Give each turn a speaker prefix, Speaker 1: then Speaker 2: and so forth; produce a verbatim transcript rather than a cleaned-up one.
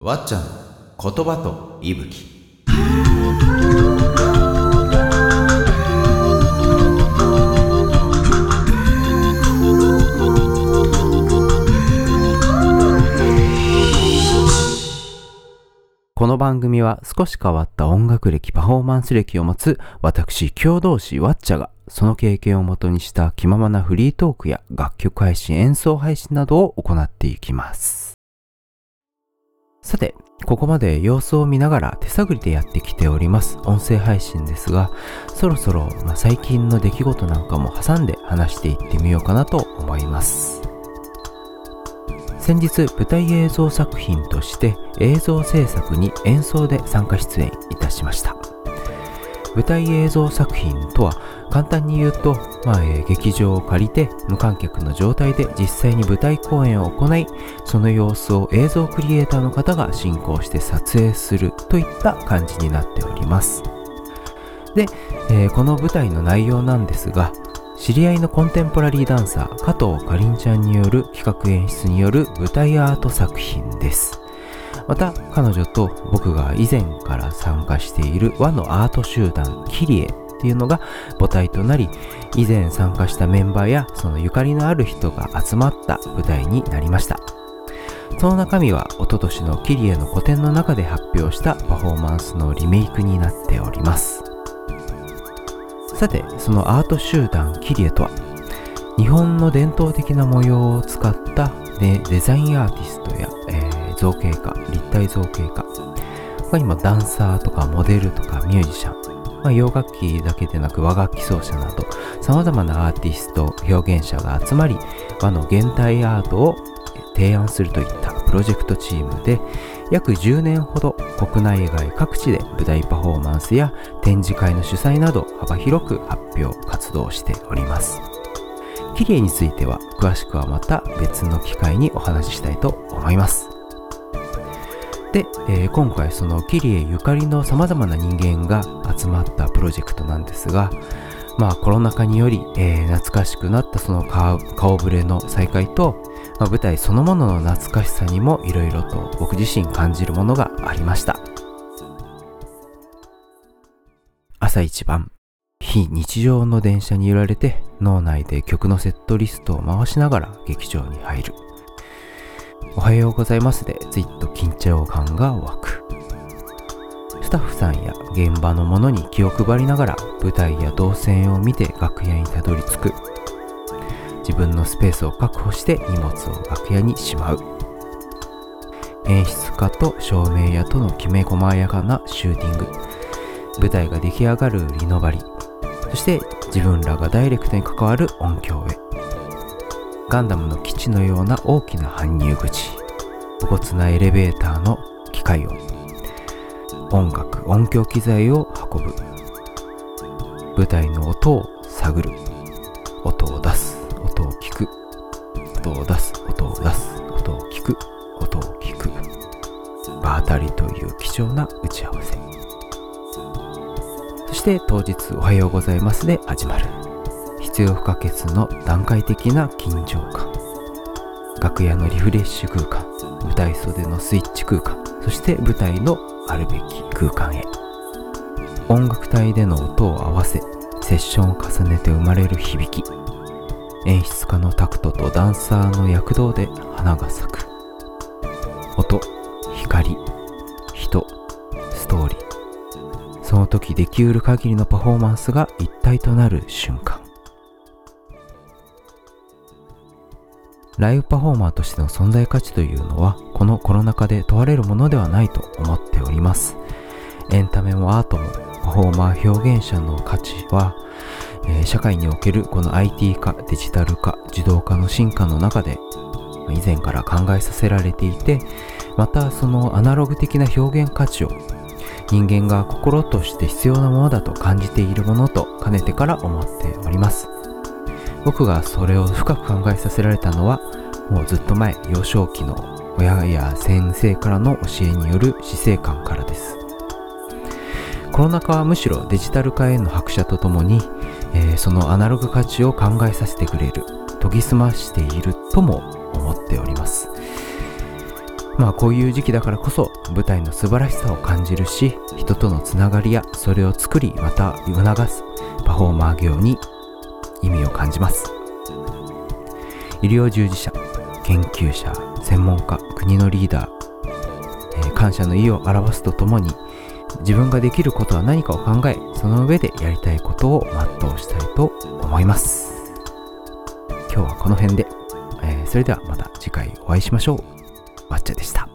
Speaker 1: わっちゃん言葉と息吹。この番組は少し変わった音楽歴パフォーマンス歴を持つ私共同士わっちゃがその経験をもとにした気ままなフリートークや楽曲配信演奏配信などを行っていきます。さて、ここまで様子を見ながら手探りでやってきております音声配信ですが、そろそろ、まあ、最近の出来事なんかも挟んで話していってみようかなと思います。先日舞台映像作品として映像制作に演奏で参加出演いたしました。舞台映像作品とは簡単に言うと、まあえー、劇場を借りて無観客の状態で実際に舞台公演を行い、その様子を映像クリエイターの方が進行して撮影するといった感じになっております。で、えー、この舞台の内容なんですが、知り合いのコンテンポラリーダンサー加藤かりんちゃんによる企画演出による舞台アート作品です。また彼女と僕が以前から参加している和のアート集団キリエっていうのが母体となり、以前参加したメンバーやそのゆかりのある人が集まった舞台になりました。その中身は一昨年のキリエの個展の中で発表したパフォーマンスのリメイクになっております。さて、そのアート集団キリエとは、日本の伝統的な模様を使った、ね、デザインアーティストや、えー、造形家、立体造形家、他にもダンサーとかモデルとかミュージシャン、まあ、洋楽器だけでなく和楽器奏者など様々なアーティスト表現者が集まり、和の現代アートを提案するといったプロジェクトチームで、約じゅうねんほど国内外各地で舞台パフォーマンスや展示会の主催など幅広く発表活動しております。キリエについては詳しくはまた別の機会にお話ししたいと思います。で、えー、今回そのキリエゆかりの様々な人間が集まったプロジェクトなんですが、まあコロナ禍により、えー、懐かしくなったその 顔, 顔ぶれの再会と、まあ、舞台そのものの懐かしさにもいろいろと僕自身感じるものがありました。朝一番、非日常の電車に揺られて脳内で曲のセットリストを回しながら劇場に入る。おはようございますでついっと緊張感が湧く。スタッフさんや現場の者に気を配りながら舞台や動線を見て楽屋にたどり着く。自分のスペースを確保して荷物を楽屋にしまう。演出家と照明屋とのきめ細やかなシューティング、舞台が出来上がるリノバリ、そして自分らがダイレクトに関わる音響へ。ガンダムの基地のような大きな搬入口、無骨なエレベーターの機械音、音楽音響機材を運ぶ。舞台の音を探る。音を出す、音を聞く、音を出す、音を出す、音を聞く、音を聞く。場当たりという貴重な打ち合わせ。そして当日おはようございますで始まる。必要不可欠の段階的な緊張感。楽屋のリフレッシュ空間、舞台袖のスイッチ空間、そして舞台のあるべき空間へ。音楽隊での音を合わせ、セッションを重ねて生まれる響き。演出家のタクトとダンサーの躍動で花が咲く。音、光、人、ストーリー。その時できうる限りのパフォーマンスが一体となる瞬間。ライブパフォーマーとしての存在価値というのはこのコロナ禍で問われるものではないと思っております。エンタメもアートもパフォーマー表現者の価値は、えー、社会におけるこの アイティー 化、デジタル化、自動化の進化の中で以前から考えさせられていて、またそのアナログ的な表現価値を人間が心として必要なものだと感じているものとかねてから思っております。僕がそれを深く考えさせられたのはもうずっと前、幼少期の親や先生からの教えによる死生観からです。コロナ禍はむしろデジタル化への拍車とともに、えー、そのアナログ価値を考えさせてくれる、研ぎ澄ましているとも思っております。 まあこういう時期だからこそ舞台の素晴らしさを感じるし、人とのつながりやそれを作りまた促すパフォーマー業に意味を感じます。医療従事者、研究者、専門家、国のリーダー、えー、感謝の意を表すとともに、自分ができることは何かを考え、その上でやりたいことを全うしたいと思います。今日はこの辺で、えー、それではまた次回お会いしましょう。わっちゃでした。